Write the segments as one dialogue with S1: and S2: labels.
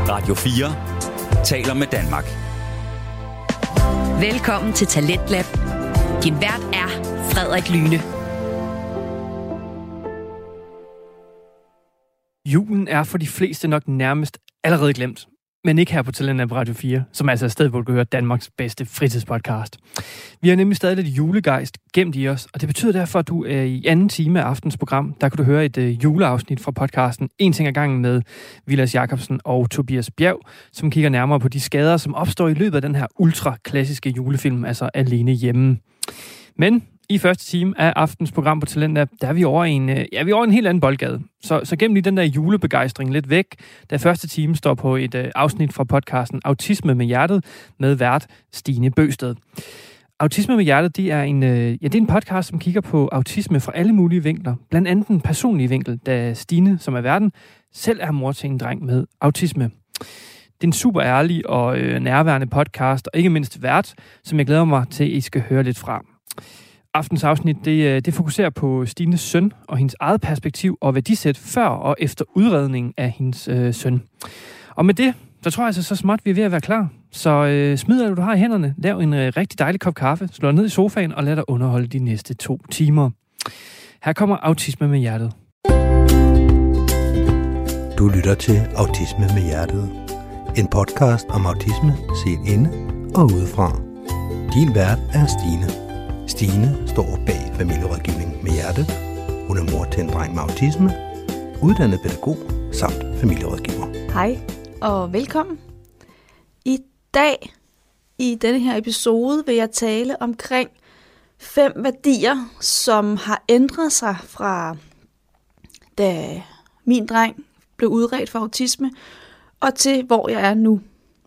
S1: Radio 4 taler med Danmark.
S2: Velkommen til Talentlab. Din vært er Frederik Lyne.
S3: Julen er for de fleste nok nærmest allerede glemt. Men ikke her på Talentlab Radio 4, som altså er et sted, hvor du kan høre Danmarks bedste fritidspodcast. Vi har nemlig stadig lidt julegejst gemt i os, og det betyder derfor, at du i anden time af aftens program, der kan du høre et juleafsnit fra podcasten En ting ad gangen med Vilas Jacobsen og Tobias Bjerg, som kigger nærmere på de skader, som opstår i løbet af den her ultra-klassiske julefilm, altså Alene Hjemme. Men i første time af aftens program på Talentlab, der er vi over en helt anden boldgade. Så gem lige den der julebegejstring lidt væk, da første time står på et afsnit fra podcasten Autisme med hjertet med vært Stine Bøgsted. Autisme med hjertet, det er en podcast, som kigger på autisme fra alle mulige vinkler. Blandt andet den personlige vinkel, da Stine, som er værten, selv er mor til en dreng med autisme. Det er en super ærlig og nærværende podcast, og ikke mindst vært, som jeg glæder mig til, at I skal høre lidt fra. Aftens afsnit, det fokuserer på Stines søn og hendes eget perspektiv og værdisæt før og efter udredningen af hendes søn. Og med det, så tror jeg altså så småt, vi er ved at være klar. Så smid alt, du har i hænderne, lav en rigtig dejlig kop kaffe, slå dig ned i sofaen og lad dig underholde de næste 2 timer. Her kommer Autisme med hjertet.
S4: Du lytter til Autisme med hjertet. En podcast om autisme set inde og udefra. Din vært er Stine. Stine står bag familierådgivning med hjertet. Hun er mor til en dreng med autisme, uddannet pædagog samt familierådgiver.
S5: Hej og velkommen. I dag, i denne her episode, vil jeg tale omkring 5 værdier, som har ændret sig fra da min dreng blev udredt for autisme, og til hvor jeg er nu.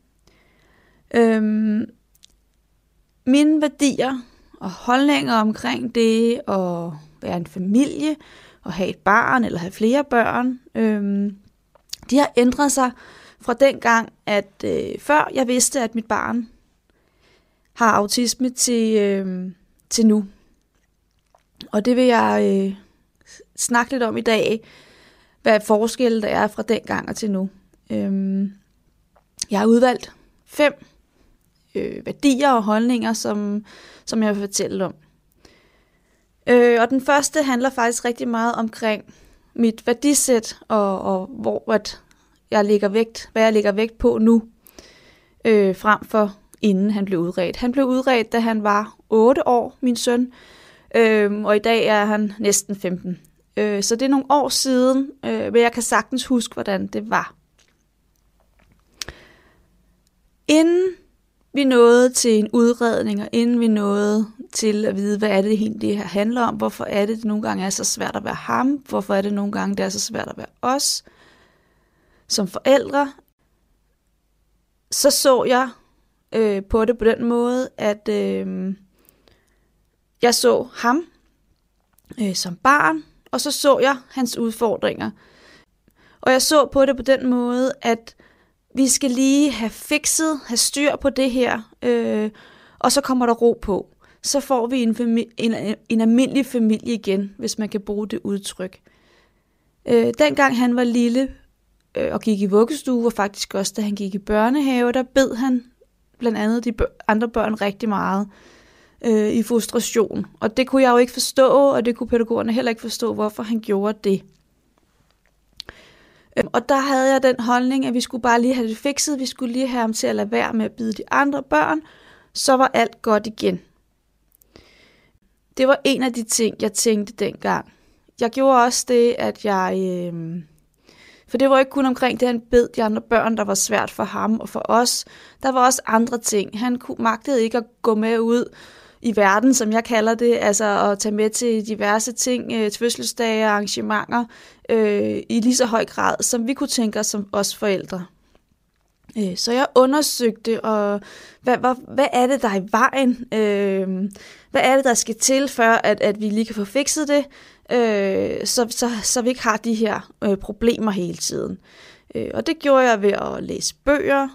S5: Mine værdier og holdninger omkring det at være en familie og have et barn eller have flere børn, de har ændret sig fra den gang, at før jeg vidste, at mit barn har autisme til nu. Og det vil jeg snakke lidt om i dag, hvad forskellen der er fra den gang og til nu. Jeg har udvalgt 5 værdier og holdninger, som jeg vil fortælle om. Og den første handler faktisk rigtig meget omkring mit værdisæt, og hvor jeg lægger vægt, hvad jeg lægger vægt på nu, frem for inden han blev udredt. Han blev udredt, da han var 8 år, min søn, og i dag er han næsten 15. Så det er nogle år siden, men jeg kan sagtens huske, hvordan det var. Inden vi nåede til en udredning, og inden vi nåede til at vide, hvad er det egentlig, det her handler om, hvorfor er det nogle gange er så svært at være ham, hvorfor er det nogle gange, det er så svært at være os som forældre, så jeg på det på den måde, at jeg så ham som barn, og så jeg hans udfordringer. Og jeg så på det på den måde, at vi skal lige have have styr på det her, og så kommer der ro på. Så får vi en almindelig familie igen, hvis man kan bruge det udtryk. Dengang han var lille og gik i vuggestue, og faktisk også da han gik i børnehave, der bed han blandt andet de andre børn rigtig meget i frustration. Og det kunne jeg jo ikke forstå, og det kunne pædagogerne heller ikke forstå, hvorfor han gjorde det. Og der havde jeg den holdning, at vi skulle bare lige have det fikset, vi skulle lige have ham til at lade være med at bide de andre børn, så var alt godt igen. Det var en af de ting, jeg tænkte dengang. Jeg gjorde også det, at jeg... For det var ikke kun omkring det, han bed de andre børn, der var svært for ham og for os. Der var også andre ting. Han magtede ikke at gå med ud i verden, som jeg kalder det, altså at tage med til diverse ting, til fødselsdage og arrangementer, i lige så høj grad, som vi kunne tænke os som os forældre. Så jeg undersøgte, og hvad er det, der er i vejen? Hvad er det, der skal til, for at vi lige kan få fikset det, så vi ikke har de her problemer hele tiden. Og det gjorde jeg ved at læse bøger,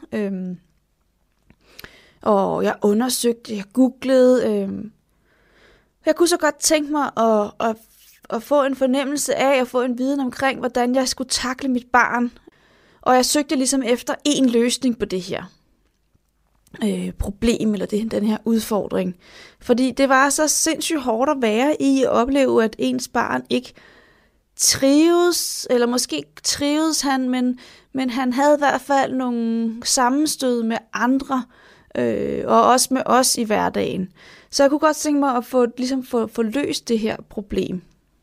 S5: og jeg undersøgte, jeg googlede. Jeg kunne så godt tænke mig at få en fornemmelse af, at få en viden omkring, hvordan jeg skulle takle mit barn, Og jeg søgte ligesom efter en løsning på det her problem, eller den her udfordring. Fordi det var så sindssygt hårdt at være i at opleve, at ens barn ikke trives, eller måske trives han, men han havde i hvert fald nogle sammenstød med andre, og også med os i hverdagen. Så jeg kunne godt tænke mig at få løst det her problem.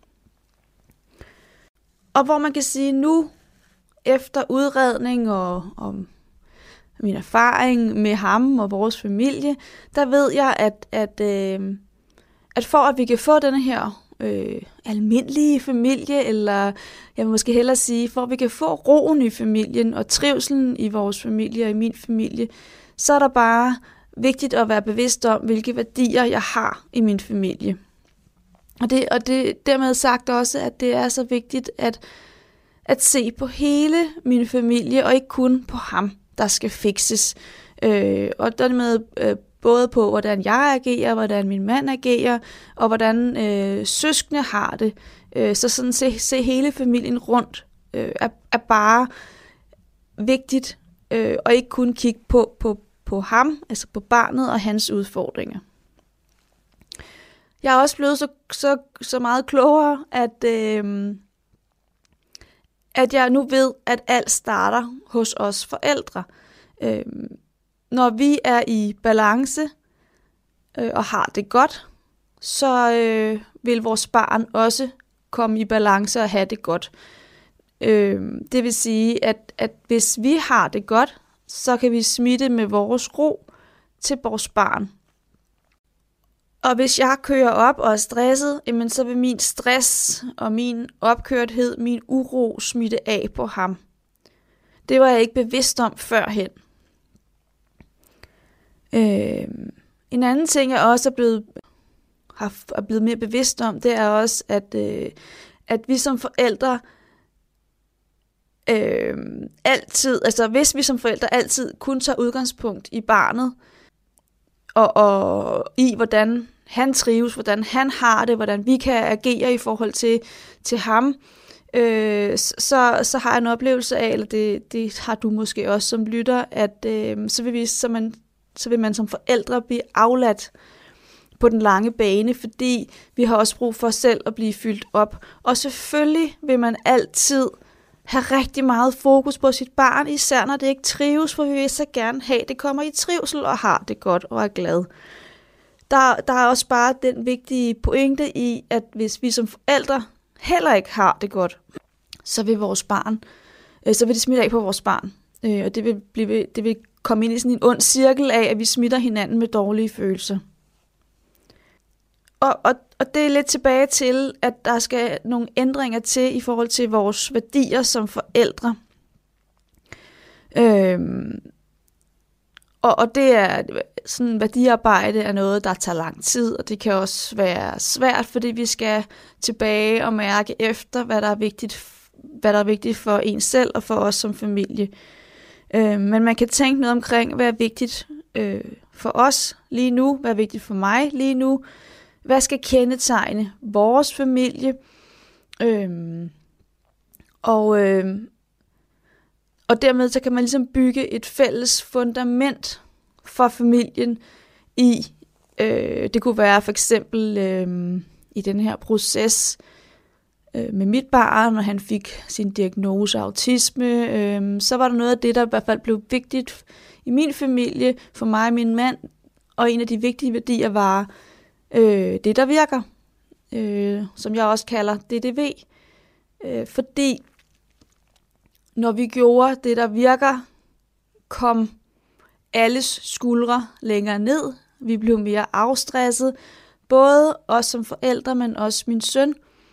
S5: Og hvor man kan sige, nu efter udredning og min erfaring med ham og vores familie, der ved jeg, at for at vi kan få denne her almindelige familie, eller jeg vil måske hellere sige, for at vi kan få roen i familien og trivselen i vores familie og i min familie, så er der bare vigtigt at være bevidst om, hvilke værdier jeg har i min familie. Og det dermed sagt også, at det er så vigtigt at se på hele min familie, og ikke kun på ham, der skal fikses. Og dermed både på, hvordan jeg agerer, hvordan min mand agerer, og hvordan søskende har det. Så sådan se hele familien rundt er bare vigtigt, og ikke kun kigge på ham, altså på barnet og hans udfordringer. Jeg er også blevet så meget klogere, at jeg nu ved, at alt starter hos os forældre. Når vi er i balance og har det godt, så vil vores barn også komme i balance og have det godt. Det vil sige, at hvis vi har det godt, så kan vi smitte med vores ro til vores barn. Og hvis jeg kører op og er stresset, jamen så vil min stress og min opkørthed, min uro smitte af på ham. Det var jeg ikke bevidst om førhen. En anden ting, jeg også er blevet mere bevidst om, det er også, at vi som forældre altid, altså hvis vi som forældre altid kun tager udgangspunkt i barnet, og i hvordan han trives, hvordan han har det, hvordan vi kan agere i forhold til ham, så har jeg en oplevelse af, eller det har du måske også som lytter, at så vil man som forældre blive afladt på den lange bane, fordi vi har også brug for selv at blive fyldt op. Og selvfølgelig vil man altid have rigtig meget fokus på sit barn, især når det ikke trives, for vi vil så gerne have, at det kommer i trivsel og har det godt og er glad. Der er også bare den vigtige pointe i, at hvis vi som forældre heller ikke har det godt, så vil vores barn, så vil det smitte af på vores barn. Og det vil komme ind i sådan en ond cirkel af, at vi smitter hinanden med dårlige følelser. Og det er lidt tilbage til, at der skal nogle ændringer til i forhold til vores værdier som forældre. Og det er sådan, værdiarbejde er noget, der tager lang tid, og det kan også være svært, fordi vi skal tilbage og mærke efter, hvad der er vigtigt for en selv og for os som familie. Men man kan tænke noget omkring, hvad er vigtigt for os lige nu, hvad er vigtigt for mig lige nu, hvad skal kendetegne vores familie, og dermed så kan man ligesom bygge et fælles fundament for familien i, det kunne være for eksempel i den her proces med mit barn, når han fik sin diagnose autisme, så var der noget af det, der i hvert fald blev vigtigt i min familie, for mig og min mand, og en af de vigtige værdier var det, der virker, som jeg også kalder DDV, fordi når vi gjorde det, der virker, kom alles skuldre længere ned, vi blev mere afstresset, både os som forældre, men også min søn.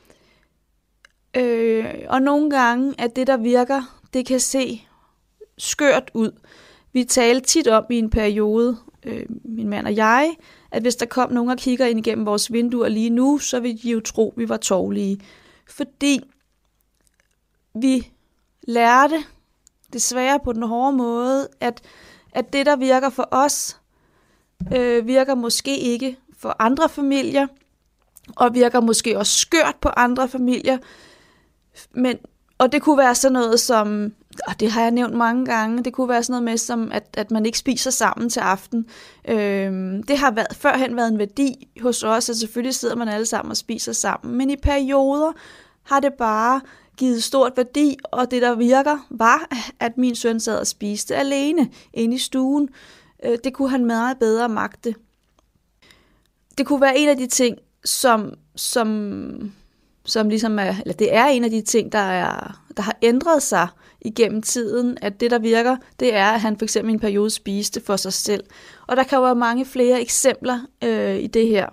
S5: Og nogle gange, at det, der virker, det kan se skørt ud. Vi talte tit om i en periode, min mand og jeg, at hvis der kom nogen og kigger ind igennem vores vinduer lige nu, så ville de jo tro, at vi var tovlige. Fordi vi lærte, desværre på den hårde måde, at det, der virker for os, virker måske ikke for andre familier, og virker måske også skørt på andre familier. Og det kunne være sådan noget som, og det har jeg nævnt mange gange, det kunne være sådan noget med, som at man ikke spiser sammen til aften. Det har førhen været en værdi hos os, at selvfølgelig sidder man alle sammen og spiser sammen, men i perioder har det bare givet stort værdi, og det der virker var, at min søn sad og spiste alene inde i stuen. Det kunne han meget bedre magte. Det kunne være en af de ting, som ligesom er, eller det er en af de ting, der har ændret sig igennem tiden, at det, der virker, det er, at han for eksempel i en periode spiste for sig selv. Og der kan jo være mange flere eksempler i det her.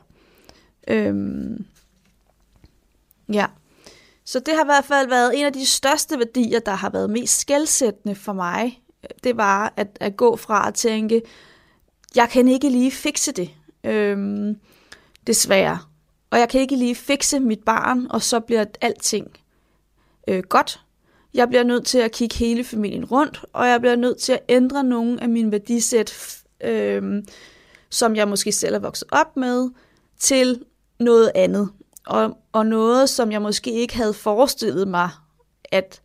S5: Ja. Så det har i hvert fald været en af de største værdier, der har været mest skelsættende for mig. Det var at gå fra at tænke, jeg kan ikke lige fikse det, desværre. Og jeg kan ikke lige fikse mit barn, og så bliver alting godt. Jeg bliver nødt til at kigge hele familien rundt, og jeg bliver nødt til at ændre nogle af mine værdisæt, som jeg måske selv er vokset op med, til noget andet. Og noget, som jeg måske ikke havde forestillet mig, at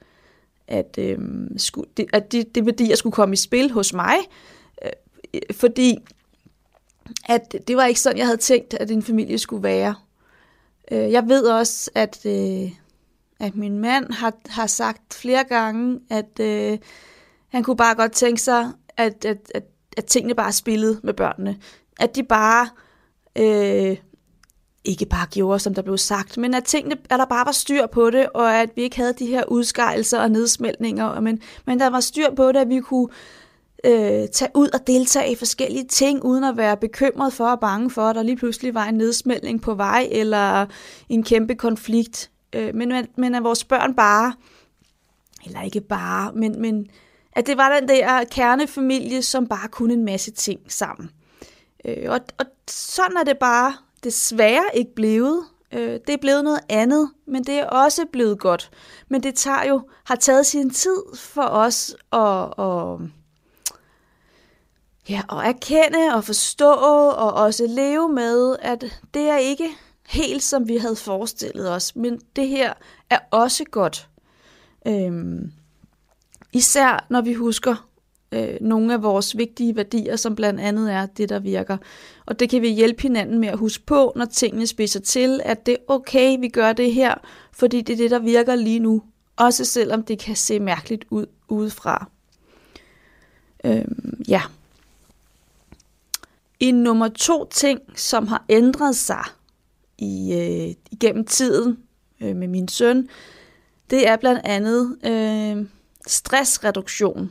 S5: det værdier skulle komme i spil hos mig. Fordi at det var ikke sådan, jeg havde tænkt, at en familie skulle være. Jeg ved også, at min mand har sagt flere gange, at han kunne bare godt tænke sig, at tingene bare spillede med børnene. At de bare ikke bare gjorde, som der blev sagt, men at der bare var styr på det, og at vi ikke havde de her udskejelser og nedsmeltninger, men der var styr på det, at vi kunne tage ud og deltage i forskellige ting, uden at være bekymret for og bange for, at der lige pludselig var en nedsmeltning på vej, eller en kæmpe konflikt. Men at vores børn bare, eller ikke bare, men at det var den der kernefamilie, som bare kunne en masse ting sammen. Og sådan er det bare desværre ikke blevet. Det er blevet noget andet, men det er også blevet godt. Men det har taget sin tid for os at erkende og forstå og også leve med, at det er ikke helt som vi havde forestillet os, men det her er også godt. Især når vi husker nogle af vores vigtige værdier, som blandt andet er det, der virker. Og det kan vi hjælpe hinanden med at huske på, når tingene spidser til, at det er okay, vi gør det her, fordi det er det, der virker lige nu. Også selvom det kan se mærkeligt ud udefra. Ja. En nummer 2 ting, som har ændret sig igennem tiden med min søn, det er blandt andet stressreduktion.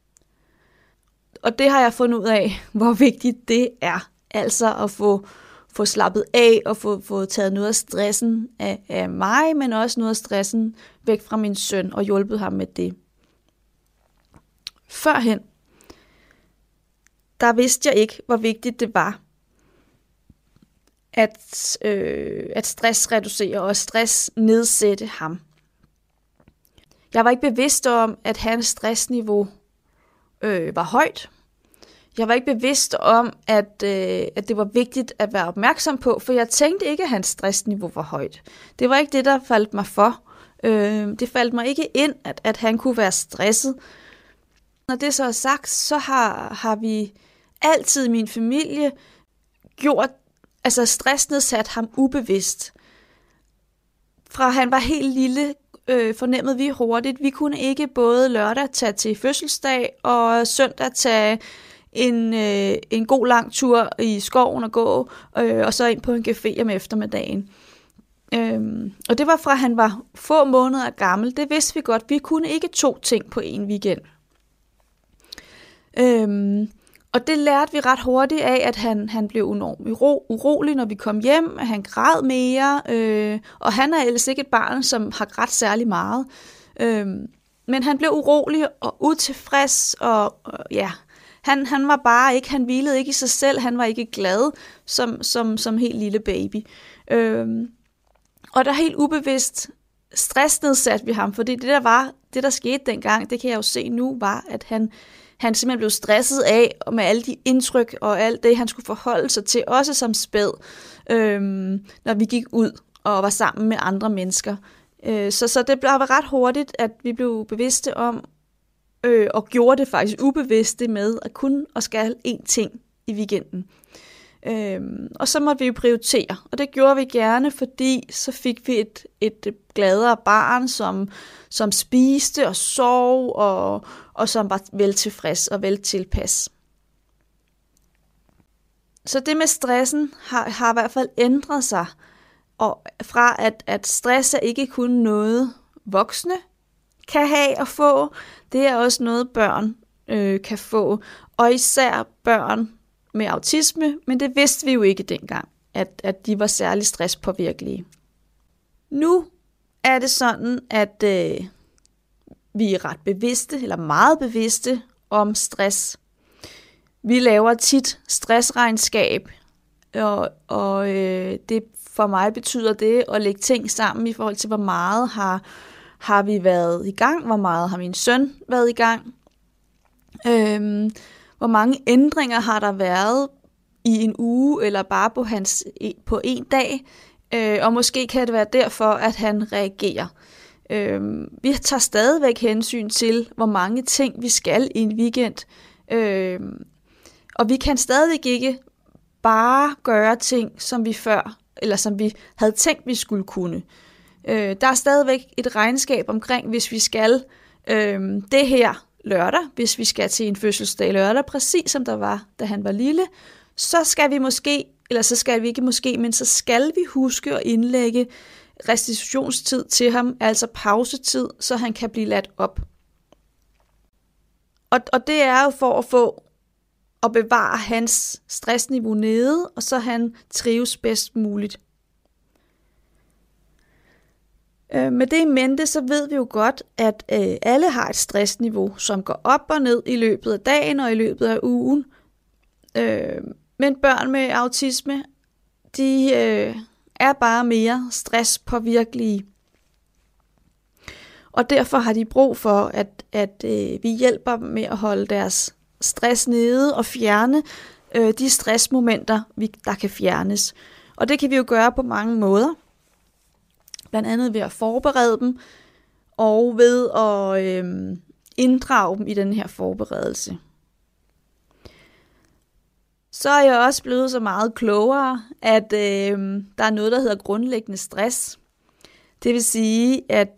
S5: Og det har jeg fundet ud af, hvor vigtigt det er. Altså at få slappet af og få taget noget af stressen af mig, men også noget af stressen væk fra min søn og hjulpet ham med det. Førhen, der vidste jeg ikke, hvor vigtigt det var at stressreducere og stress nedsætte ham. Jeg var ikke bevidst om, at hans stressniveau var højt. Jeg var ikke bevidst om, at det var vigtigt at være opmærksom på, for jeg tænkte ikke, at hans stressniveau var højt. Det var ikke det, der faldt mig for. Det faldt mig ikke ind, at han kunne være stresset. Når det så er sagt, så har vi altid i min familie stressnedsat ham ubevidst. Fra han var helt lille, fornemmede vi hurtigt. Vi kunne ikke både lørdag tage til fødselsdag og søndag tage en god lang tur i skoven og gå, og så ind på en café om eftermiddagen. Og det var fra han var få måneder gammel. Det vidste vi godt. Vi kunne ikke 2 ting på en weekend. Og det lærte vi ret hurtigt af, at han blev enormt urolig, når vi kom hjem, at han græd mere, og han er ellers ikke et barn, som har grædt særlig meget. Men han blev urolig og utilfreds, og ja, han var bare ikke, han hvilede ikke i sig selv, han var ikke glad som helt lille baby. Og der helt ubevidst stressnedsat vi ham, fordi det der skete dengang, det kan jeg jo se nu, var, at han simpelthen blev stresset af, og med alle de indtryk og alt det, han skulle forholde sig til, også som spæd, når vi gik ud og var sammen med andre mennesker. Så det blev ret hurtigt, at vi blev bevidste om, og gjorde det faktisk ubevidste med at kun og skal én ting i weekenden. Og så måtte vi jo prioritere, og det gjorde vi gerne, fordi så fik vi et gladere barn, som spiste og sov, og som var vel tilfreds og vel tilpas. Så det med stressen har i hvert fald ændret sig, og fra at stress er ikke kun noget voksne kan have og få, det er også noget børn kan få, og især børn med autisme, men det vidste vi jo ikke dengang, at de var særlig stresspåvirkelige. Nu er det sådan, at vi er ret bevidste, eller meget bevidste om stress. Vi laver tit stressregnskab, og det for mig betyder det at lægge ting sammen i forhold til, hvor meget har vi været i gang, hvor meget har min søn været i gang, hvor mange ændringer har der været i en uge, eller bare på en dag, og måske kan det være derfor, at han reagerer. Vi tager stadigvæk hensyn til, hvor mange ting vi skal i en weekend, og vi kan stadigvæk ikke bare gøre ting, som vi før, eller som vi havde tænkt, vi skulle kunne. Der er stadigvæk et regnskab omkring, hvis vi skal det her lørdag, hvis vi skal til en fødselsdag lørdag, præcis som der var, da han var lille, så skal vi måske, eller så skal vi ikke måske, men så skal vi huske at indlægge restitutionstid til ham, altså pausetid, så han kan blive ladt op. Og det er jo for at få og bevare hans stressniveau nede, og så han trives bedst muligt. Med det i mente, så ved vi jo godt, at alle har et stressniveau, som går op og ned i løbet af dagen og i løbet af ugen. Men børn med autisme, de er bare mere stresspåvirkelige. Og derfor har de brug for, at vi hjælper med at holde deres stress nede og fjerne de stressmomenter, der kan fjernes. Og det kan vi jo gøre på mange måder. Blandt andet ved at forberede dem, og ved at inddrage dem i den her forberedelse. Så er jeg også blevet så meget klogere, at der er noget, der hedder grundlæggende stress. Det vil sige, at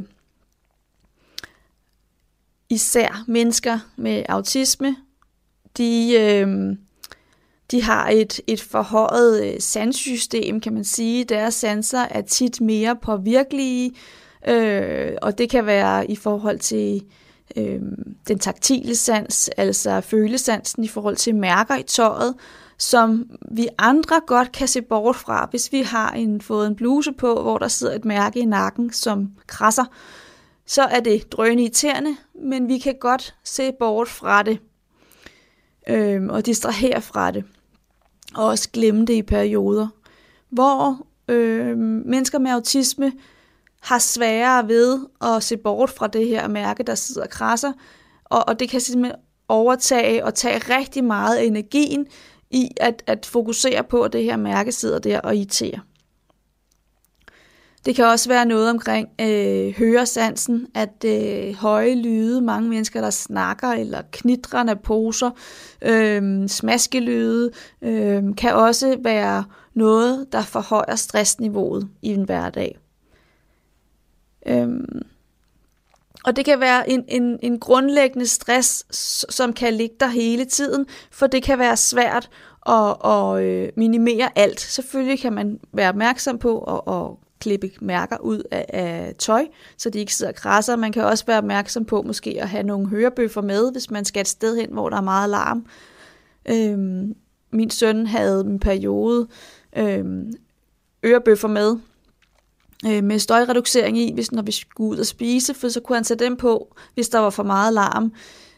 S5: især mennesker med autisme, de har et forhøjet sanssystem, kan man sige. Deres sanser er tit mere påvirkelige, og det kan være i forhold til den taktile sans, altså følesansen i forhold til mærker i tøjet, som vi andre godt kan se bort fra, hvis vi har fået en bluse på, hvor der sidder et mærke i nakken, som krasser. Så er det drønirriterende, men vi kan godt se bort fra det, og distrahere fra det, og også glemme det i perioder, hvor mennesker med autisme har sværere ved at se bort fra det her mærke, der sidder og krasser, og det kan simpelthen overtage og tage rigtig meget af energien i at fokusere på, at det her mærke sidder der og irriterer. Det kan også være noget omkring høresansen, at høje lyde, mange mennesker, der snakker, eller knitrende poser, smaskelyde, kan også være noget, der forhøjer stressniveauet i en hverdag. Og det kan være en grundlæggende stress, som kan ligge der hele tiden, for det kan være svært at minimere alt. Selvfølgelig kan man være opmærksom på at klippe mærker ud af tøj, så de ikke sidder og krasser. Man kan også være opmærksom på måske at have nogle hørebøffer med, hvis man skal et sted hen, hvor der er meget larm. Min søn havde en periode ørebøffer med støjreducering i, når vi skulle ud og spise, for så kunne han sætte dem på, hvis der var for meget larm.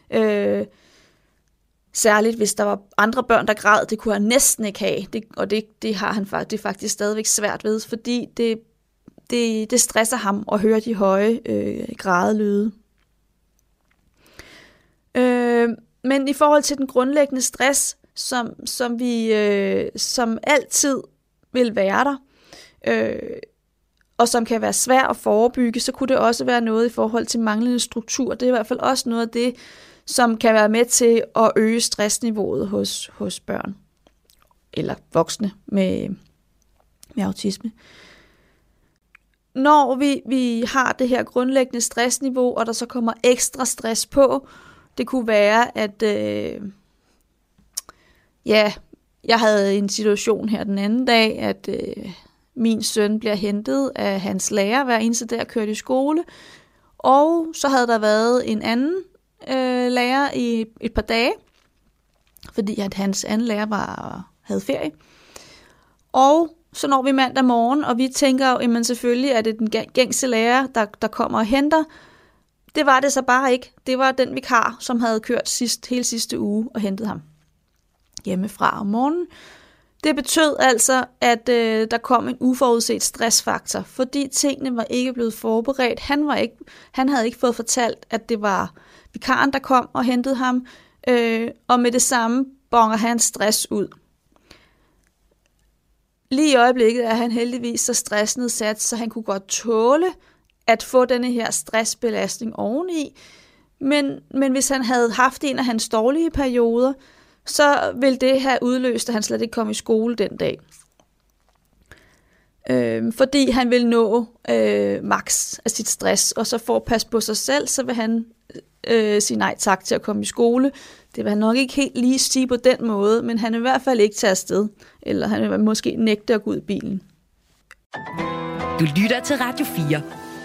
S5: Særligt hvis der var andre børn, der græd, det kunne han næsten ikke have, det har han faktisk stadigvæk svært ved, fordi det stresser ham at høre de høje grædelyde. Men i forhold til den grundlæggende stress, som altid vil være der, og som kan være svær at forebygge, så kunne det også være noget i forhold til manglende struktur. Det er i hvert fald også noget af det, som kan være med til at øge stressniveauet hos børn eller voksne med autisme. Når vi har det her grundlæggende stressniveau, og der så kommer ekstra stress på, det kunne være, at jeg havde en situation her den anden dag, at min søn bliver hentet af hans lærer hver eneste dag og kørt i skole, og så havde der været en anden lærer i et par dage, fordi at hans anden lærer havde ferie. Og så når vi mandag morgen, og vi tænker jo, jamen selvfølgelig er det den gængse lærer, der kommer og henter. Det var det så bare ikke. Det var den vikar, som havde kørt hele sidste uge og hentet ham hjemmefra om morgenen. Det betød altså, at der kom en uforudset stressfaktor, fordi tingene var ikke blevet forberedt. Han havde ikke fået fortalt, at det var vikaren, der kom og hentede ham, og med det samme bonger han stress ud. Lige i øjeblikket er han heldigvis så stressnedsat, så han kunne godt tåle at få denne her stressbelastning oveni. Men hvis han havde haft en af hans dårlige perioder, så ville det have udløst, at han slet ikke kom i skole den dag. Fordi han vil nå max af sit stress, og så for at passe på sig selv, så vil han sige nej tak til at komme i skole. Det vil han nok ikke helt lige sige på den måde, men han vil i hvert fald ikke tage afsted, eller han vil måske nægte at gå ud i bilen.
S2: Du lytter til Radio 4.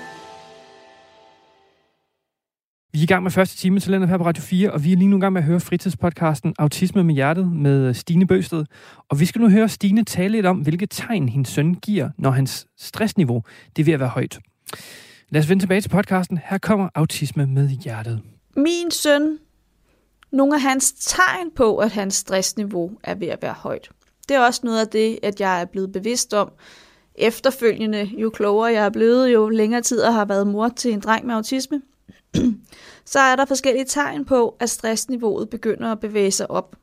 S3: Vi er i gang med første time til landet her på Radio 4, og vi er lige nu i gang med at høre fritidspodcasten Autisme med hjertet med Stine Bøgsted. Og vi skal nu høre Stine tale lidt om, hvilke tegn hendes søn giver, når hans stressniveau det er ved at være højt. Lad os vende tilbage til podcasten. Her kommer Autisme med hjertet.
S5: Min søn, nogle af hans tegn på, at hans stressniveau er ved at være højt. Det er også noget af det, at jeg er blevet bevidst om efterfølgende. Jo klogere jeg er blevet, jo længere tid har været mor til en dreng med autisme. Så er der forskellige tegn på, at stressniveauet begynder at bevæge sig op.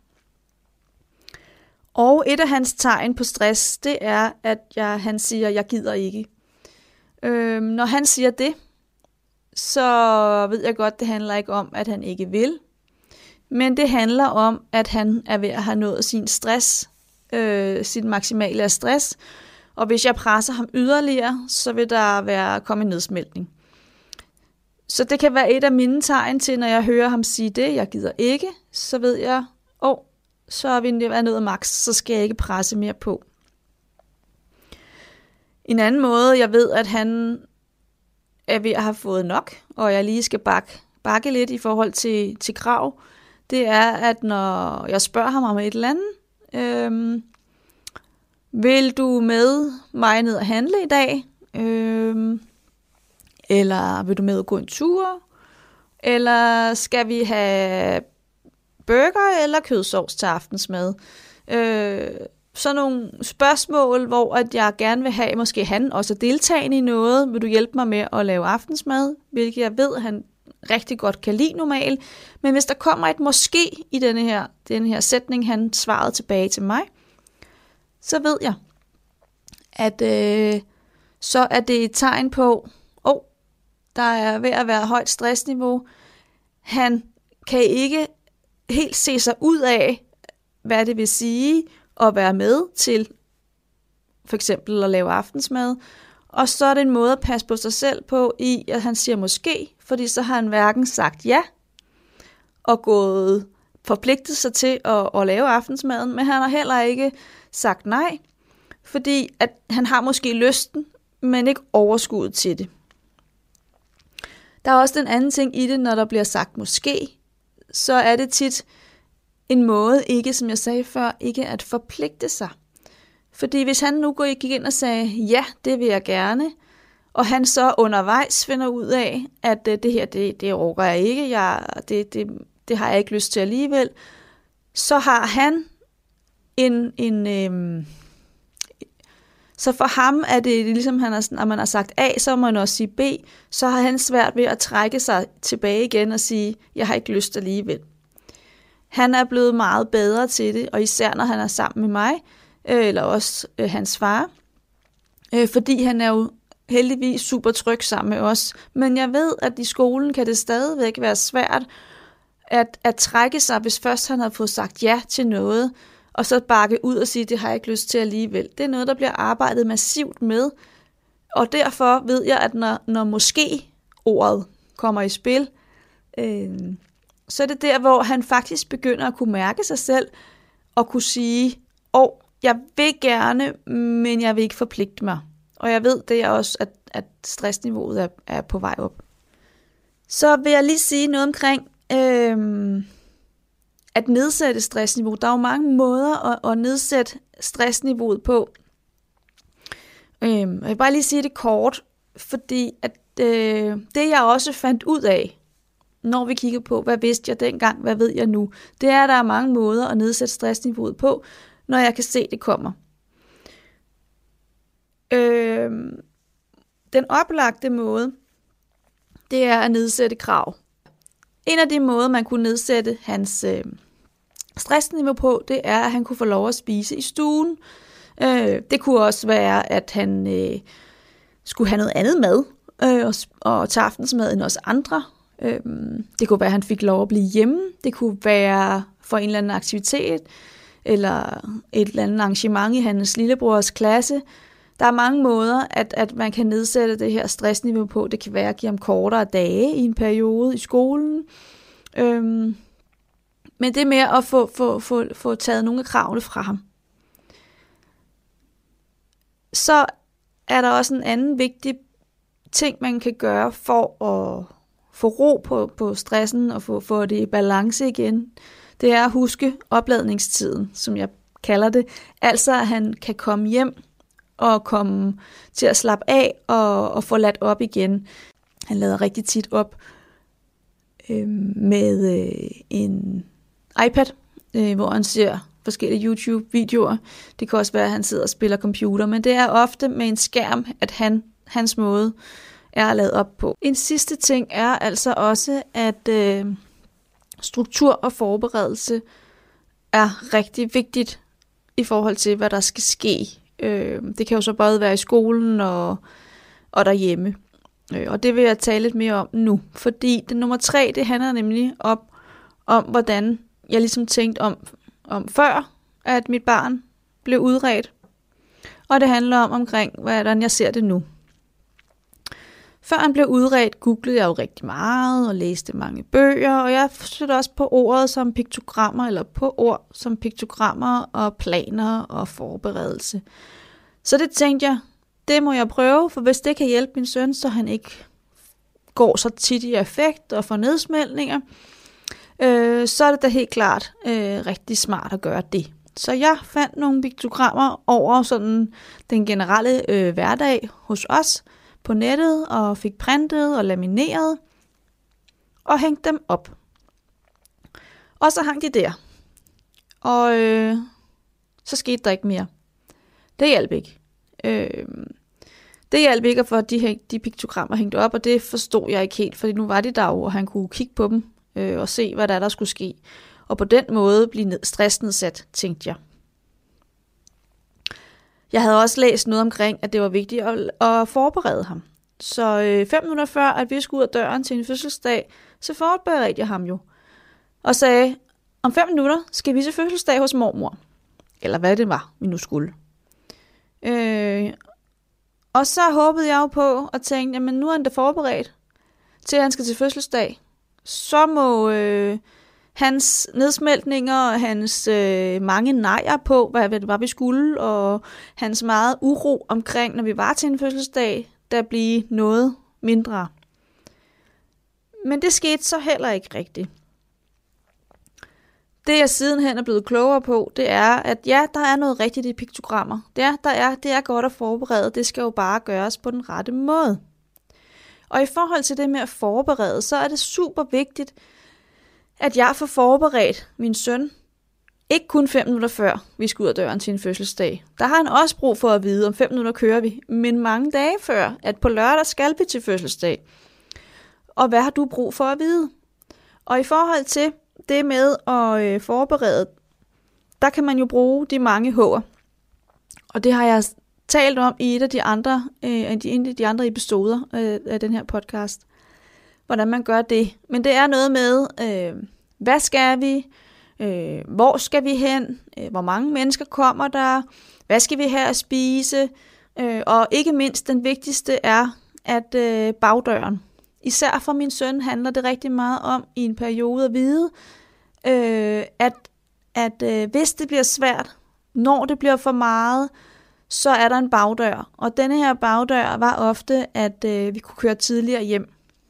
S5: Og et af hans tegn på stress, det er, at han siger, jeg gider ikke. Når han siger det, så ved jeg godt, det handler ikke om, at han ikke vil. Men det handler om, at han er ved at have nået sin stress, sin maksimale stress. Og hvis jeg presser ham yderligere, så vil der komme en nedsmeltning. Så det kan være et af mine tegn til, når jeg hører ham sige det, jeg gider ikke, så ved jeg, så er vi nået max, så skal jeg ikke presse mere på. En anden måde, jeg ved, at han er ved at have fået nok, og jeg lige skal bakke lidt i forhold til krav, det er, at når jeg spørger ham om et eller andet, vil du med mig ned og handle i dag? Eller vil du med at gå en tur? Eller skal vi have burger eller kødsovs til aftensmad? Sådan nogle spørgsmål, hvor at jeg gerne vil have, måske han også deltagende i noget. Vil du hjælpe mig med at lave aftensmad? Hvilket jeg ved, han rigtig godt kan lide normalt. Men hvis der kommer et måske i denne her sætning, han svarede tilbage til mig, så ved jeg, at så er det et tegn på, der er ved at være højt stressniveau. Han kan ikke helt se sig ud af, hvad det vil sige at være med til for eksempel at lave aftensmad. Og så er det en måde at passe på sig selv på, i at han siger måske, fordi så har han hverken sagt ja og forpligtet sig til at lave aftensmaden, men han har heller ikke sagt nej, fordi at han har måske lysten, men ikke overskuddet til det. Der er også den anden ting i det, når der bliver sagt måske, så er det tit en måde, ikke som jeg sagde før, ikke at forpligte sig. Fordi hvis han nu gik ind og sagde, ja, det vil jeg gerne, og han så undervejs finder ud af, at det her, det orker jeg ikke, det har jeg ikke lyst til alligevel, så har han så for ham er det ligesom, når man har sagt A, så må man også sige B, så har han svært ved at trække sig tilbage igen og sige, jeg har ikke lyst alligevel. Han er blevet meget bedre til det, og især når han er sammen med mig, eller også hans far, fordi han er jo heldigvis super tryg sammen med os. Men jeg ved, at i skolen kan det stadigvæk være svært at trække sig, hvis først han har fået sagt ja til noget, og så bakke ud og sige, det har jeg ikke lyst til alligevel. Det er noget, der bliver arbejdet massivt med, og derfor ved jeg, at når måske ordet kommer i spil, så er det der, hvor han faktisk begynder at kunne mærke sig selv, og kunne sige, jeg vil gerne, men jeg vil ikke forpligte mig. Og jeg ved det er også, at stressniveauet er på vej op. Så vil jeg lige sige noget omkring at nedsætte stressniveau. Der er jo mange måder at nedsætte stressniveauet på. Jeg vil bare lige sige det kort, fordi at det jeg også fandt ud af, når vi kigger på, hvad vidste jeg dengang, hvad ved jeg nu, det er, at der er mange måder at nedsætte stressniveauet på, når jeg kan se, det kommer. Den oplagte måde, det er at nedsætte krav. En af de måder, man kunne nedsætte hans stressniveau på, det er, at han kunne få lov at spise i stuen. Det kunne også være, at han skulle have noget andet mad og tage aftensmad end os andre. Det kunne være, at han fik lov at blive hjemme. Det kunne være for en eller anden aktivitet, eller et eller andet arrangement i hans lillebrors klasse. Der er mange måder, at man kan nedsætte det her stressniveau på. Det kan være at give ham kortere dage i en periode i skolen. Men det er med at få taget nogle af kravene fra ham. Så er der også en anden vigtig ting, man kan gøre for at få ro på stressen og få det i balance igen. Det er at huske opladningstiden, som jeg kalder det. Altså at han kan komme hjem og komme til at slappe af og få ladt op igen. Han lader rigtig tit op med en iPad, hvor han ser forskellige YouTube-videoer. Det kan også være, at han sidder og spiller computer, men det er ofte med en skærm, at hans måde er lavet op på. En sidste ting er altså også, at struktur og forberedelse er rigtig vigtigt i forhold til, hvad der skal ske. Det kan jo så både være i skolen og derhjemme. Og det vil jeg tale lidt mere om nu. Fordi det nummer 3, det handler nemlig om hvordan jeg ligesom tænkte om før, at mit barn blev udredt. Og det handler omkring, hvordan jeg ser det nu. Før han blev udredt, googlede jeg jo rigtig meget og læste mange bøger, og jeg stødte også på ordet som piktogrammer, eller på ord som piktogrammer og planer og forberedelse. Så det tænkte jeg, det må jeg prøve, for hvis det kan hjælpe min søn, så han ikke går så tit i affekt og får nedsmeltninger, så er det da helt klart rigtig smart at gøre det. Så jeg fandt nogle piktogrammer over sådan den generelle hverdag hos os på nettet, og fik printet og lamineret, og hængt dem op. Og så hang de der. Og så skete der ikke mere. Det hjalp ikke. Det hjalp ikke at få de piktogrammer hængt op, og det forstod jeg ikke helt, fordi nu var de der jo, og han kunne kigge på dem og se, hvad der skulle ske. Og på den måde blive stressnedsat, tænkte jeg. Jeg havde også læst noget omkring, at det var vigtigt at forberede ham. Så 5 minutter før, at vi skulle ud af døren til en fødselsdag, så forberedte jeg ham jo. Og sagde, om 5 minutter skal vi til fødselsdag hos mormor. Eller hvad det var, vi nu skulle. Og så håbede jeg jo på og tænkte, jamen nu er han da forberedt til, at han skal til fødselsdag. Så må hans nedsmeltninger og hans mange nejer på, hvad det var, vi skulle, og hans meget uro omkring, når vi var til en fødselsdag, der blive noget mindre. Men det skete så heller ikke rigtigt. Det jeg sidenhen er blevet klogere på, det er, at ja, der er noget rigtigt i piktogrammer. Det er godt at forberede, det skal jo bare gøres på den rette måde. Og i forhold til det med at forberede, så er det super vigtigt, at jeg får forberedt min søn, ikke kun 5 minutter før vi skal ud af døren til en fødselsdag. Der har han også brug for at vide, om 5 minutter kører vi, men mange dage før, at på lørdag skal vi til fødselsdag. Og hvad har du brug for at vide? Og i forhold til det med at forberede, der kan man jo bruge de mange H'er. Og det har jeg talt om i en af de andre episoder af den her podcast, hvordan man gør det. Men det er noget med, hvad skal vi? Hvor skal vi hen? Hvor mange mennesker kommer der? Hvad skal vi have at spise? Og ikke mindst den vigtigste er, at bagdøren. Især for min søn handler det rigtig meget om i en periode at vide, at hvis det bliver svært, når det bliver for meget, så er der en bagdør. Og denne her bagdør var ofte, at vi kunne køre tidligere hjem.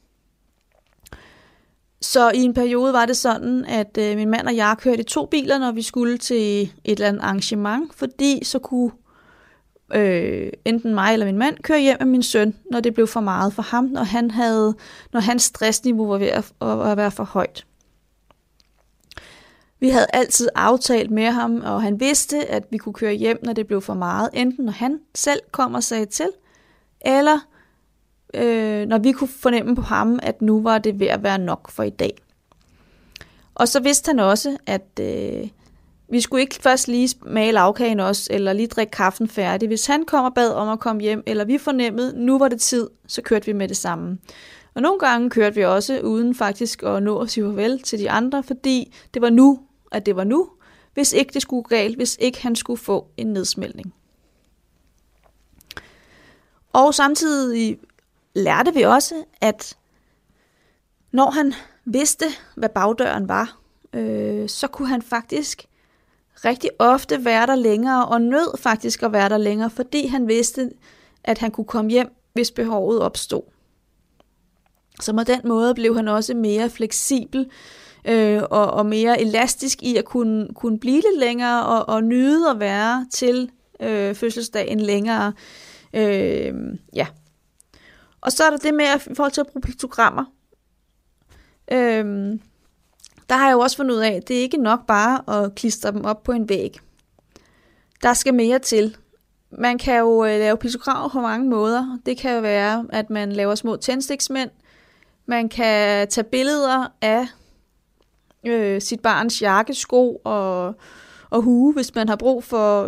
S5: Så i en periode var det sådan, at min mand og jeg kørte i 2 biler, når vi skulle til et eller andet arrangement, fordi så kunne enten mig eller min mand køre hjem med min søn, når det blev for meget for ham, når hans stressniveau var ved at være for højt. Vi havde altid aftalt med ham, og han vidste, at vi kunne køre hjem, når det blev for meget, enten når han selv kom og sagde til, eller når vi kunne fornemme på ham, at nu var det ved at være nok for i dag. Og så vidste han også, at vi skulle ikke først lige male afkagen også, eller lige drikke kaffen færdig. Hvis han kom og bad om at komme hjem, eller vi fornemmede, nu var det tid, så kørte vi med det samme. Og nogle gange kørte vi også uden faktisk at nå at sige farvel til de andre, fordi det var nu, at det var nu, hvis ikke det skulle gå galt, hvis ikke han skulle få en nedsmeltning. Og samtidig lærte vi også, at når han vidste, hvad bagdøren var, så kunne han faktisk rigtig ofte være der længere, og nød faktisk at være der længere, fordi han vidste, at han kunne komme hjem, hvis behovet opstod. Så på den måde blev han også mere fleksibel og mere elastisk i at kunne blive lidt længere og nyde at være til fødselsdagen længere. Og så er der det med, at i forhold til at bruge piktogrammer. Der har jeg jo også fundet ud af, at det er ikke nok bare at klistre dem op på en væg. Der skal mere til. Man kan jo lave piktogrammer på mange måder. Det kan jo være, at man laver små tændstiksmænd. Man kan tage billeder af sit barns jakke, sko og hue, hvis man har brug for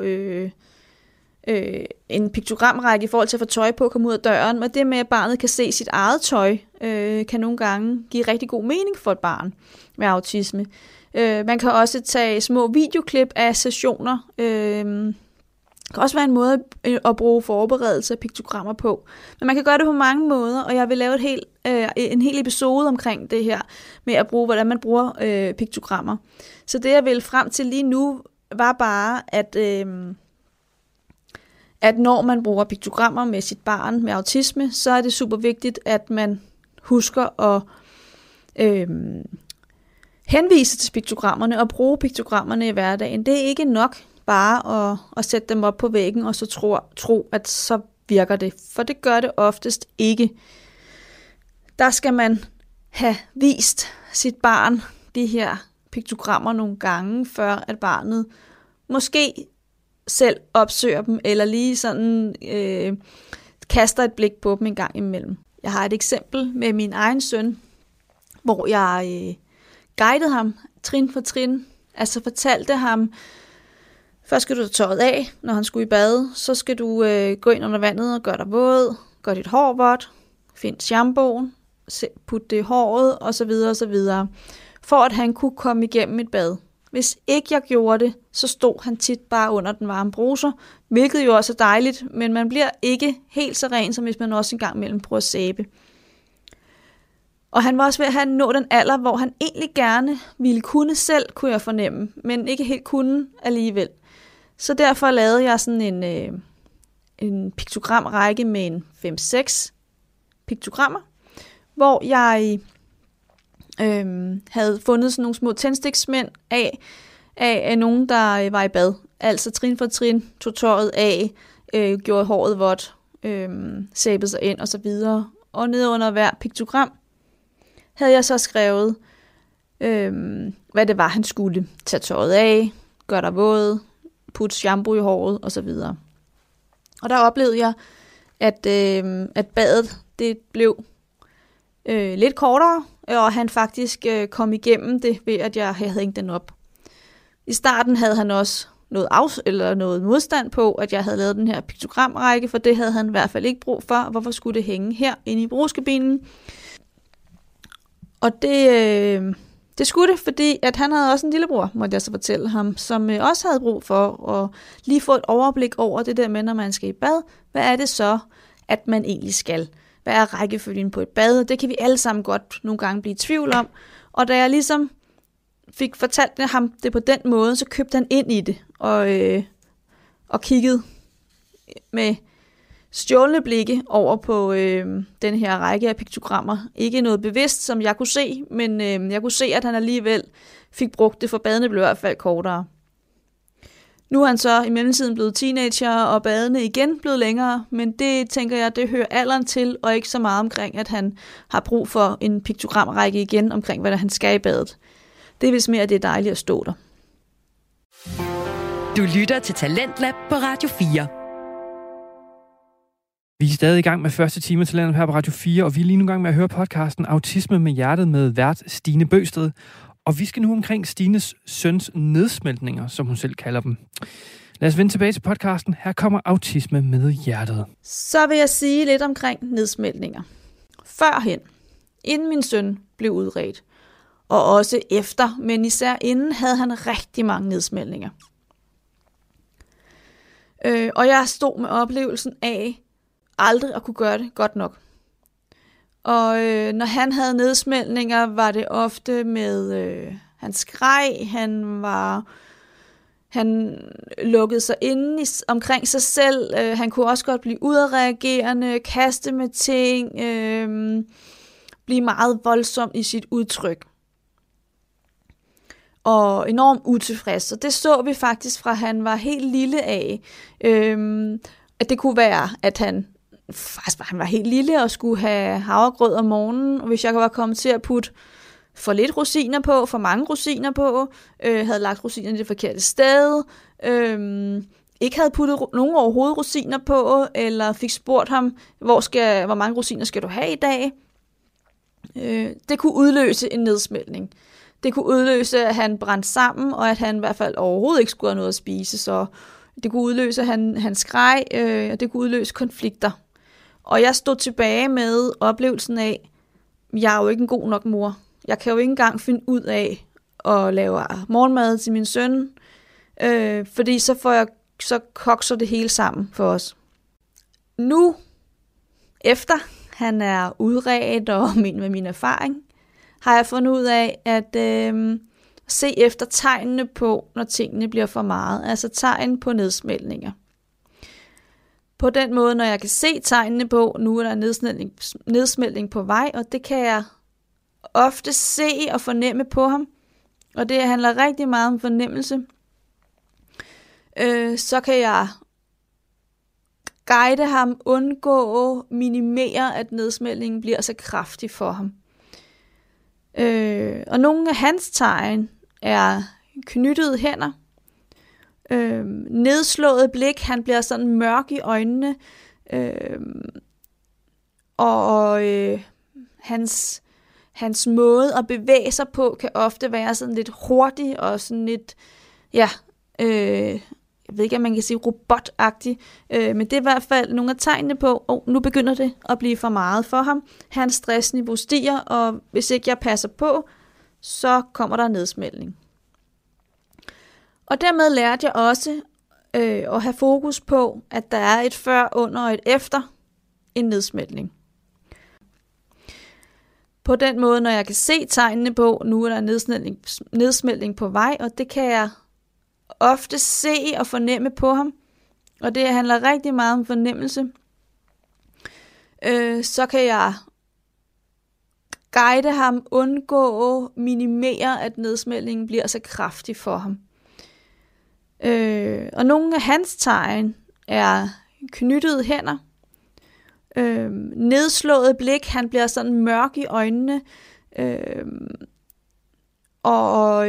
S5: en piktogramrække i forhold til at få tøj på at komme ud af døren. Men det med, at barnet kan se sit eget tøj, kan nogle gange give rigtig god mening for et barn med autisme. Man kan også tage små videoklip af sessioner. Det kan også være en måde at bruge forberedelse af piktogrammer på. Men man kan gøre det på mange måder, og jeg vil lave en hel episode omkring det her med at bruge, hvordan man bruger piktogrammer. Så det, jeg vil frem til lige nu, var bare, at når man bruger piktogrammer med sit barn med autisme, så er det super vigtigt, at man husker at henvise til piktogrammerne og bruge piktogrammerne i hverdagen. Det er ikke nok bare at sætte dem op på væggen og så tro, at så virker det. For det gør det oftest ikke. Der skal man have vist sit barn de her piktogrammer nogle gange, før at barnet måske selv opsøger dem, eller lige sådan kaster et blik på dem en gang imellem. Jeg har et eksempel med min egen søn, hvor jeg guidede ham trin for trin, altså fortalte ham, først skal du tage tøjet af, når han skulle i bad, så skal du gå ind under vandet og gøre dig våd, gør dit hår vådt, find shampooen, put det i håret, osv., for at han kunne komme igennem et bad. Hvis ikke jeg gjorde det, så stod han tit bare under den varme bruser, hvilket jo også er dejligt, men man bliver ikke helt så ren, som hvis man også en gang imellem prøver at sæbe. Og han var også ved at nå den alder, hvor han egentlig gerne ville kunne selv, kunne jeg fornemme, men ikke helt kunne alligevel. Så derfor lavede jeg sådan en piktogramrække med en 5-6 piktogrammer, hvor jeg havde fundet sådan nogle små tændstiksmænd af nogen, der var i bad. Altså trin for trin, tog tøjet af, gjorde håret vådt, sæbede sig ind osv. Og nede under hver piktogram havde jeg så skrevet, hvad det var, han skulle. Tage tøjet af, gøre dig våd, putte shampoo i håret osv. Og der oplevede jeg, at badet det blev lidt kortere, og han faktisk kom igennem det ved, at jeg havde hængt den op. I starten havde han også noget modstand på, at jeg havde lavet den her piktogramrække, for det havde han i hvert fald ikke brug for. Hvorfor skulle det hænge her inde i brugskabinen? Og det skulle det, fordi at han havde også en lillebror, måtte jeg så fortælle ham, som også havde brug for at lige få et overblik over det der med, når man skal i bad. Hvad er det så, at man egentlig skal? Hvad er rækkefølgen på et bad? Det kan vi alle sammen godt nogle gange blive i tvivl om. Og da jeg ligesom fik fortalt ham det på den måde, så købte han ind i det og kiggede med stjålne blikke over på den her række af piktogrammer. Ikke noget bevidst, som jeg kunne se, men jeg kunne se, at han alligevel fik brugt det, for badene blev i hvert fald kortere. Nu er han så i mellemtiden blevet teenager, og badene igen blevet længere, men det tænker jeg, det hører alderen til, og ikke så meget omkring, at han har brug for en piktogramrække igen omkring, hvad der han skal i badet. Det er vist mere, at det er dejligt at stå der.
S2: Du lytter til Talentlab på Radio 4.
S3: Vi er stadig i gang med første time til landet her på Radio 4, og vi er lige nu i gang med at høre podcasten Autisme med hjertet med vært Stine Bøgsted. Og vi skal nu omkring Stines søns nedsmeltninger, som hun selv kalder dem. Lad os vende tilbage til podcasten. Her kommer Autisme med hjertet.
S5: Så vil jeg sige lidt omkring nedsmeltninger. Førhen, inden min søn blev udredt, og også efter, men især inden, havde han rigtig mange nedsmeltninger. Og jeg stod med oplevelsen af aldrig at kunne gøre det godt nok. Og når han havde nedsmeltninger, var det ofte med, han skreg, han lukkede sig inde omkring sig selv, han kunne også godt blive udadreagerende, kaste med ting, blive meget voldsom i sit udtryk. Og enormt utilfreds. Og det så vi faktisk fra han var helt lille af. At det kunne være, at han var helt lille og skulle have havregrød om morgenen. Og hvis jeg var kommet til at putte for lidt rosiner på, for mange rosiner på, havde lagt rosinerne det forkerte sted, ikke havde puttet nogen overhovedet rosiner på, eller fik spurgt ham, hvor mange rosiner skal du have i dag? Det kunne udløse en nedsmeltning. Det kunne udløse, at han brændte sammen, og at han i hvert fald overhovedet ikke skulle have noget at spise. Så det kunne udløse, at han skreg, og det kunne udløse konflikter. Og jeg stod tilbage med oplevelsen af, jeg er jo ikke en god nok mor. Jeg kan jo ikke engang finde ud af at lave morgenmad til min søn, fordi så kokser det hele sammen for os. Nu, efter han er udredt og med min erfaring, har jeg fundet ud af at se efter tegnene på, når tingene bliver for meget. Altså tegn på nedsmeltninger. På den måde, når jeg kan se tegnene på, nu er der nedsmeltning på vej, og det kan jeg ofte se og fornemme på ham. Og det handler rigtig meget om fornemmelse. Så kan jeg guide ham, undgå, minimere, at nedsmeltningen bliver så kraftig for ham. Og nogle af hans tegn er knyttede hænder, nedslået blik, han bliver sådan mørk i øjnene, og hans måde at bevæge sig på kan ofte være sådan lidt hurtig og sådan lidt, jeg ved ikke, om man kan sige robotagtig, men det er i hvert fald nogle af tegnene på, nu begynder det at blive for meget for ham. Hans stressniveau stiger, og hvis ikke jeg passer på, så kommer der nedsmeltning. Og dermed lærte jeg også at have fokus på, at der er et før, under og et efter en nedsmeltning. På den måde, når jeg kan se tegnene på, nu er der nedsmeltning på vej, og det kan jeg ofte se og fornemme på ham, og det handler rigtig meget om fornemmelse, så kan jeg guide ham, undgå, minimere, at nedsmeltningen bliver så kraftig for ham. Og nogle af hans tegn er knyttede hænder, nedslået blik, han bliver sådan mørk i øjnene, og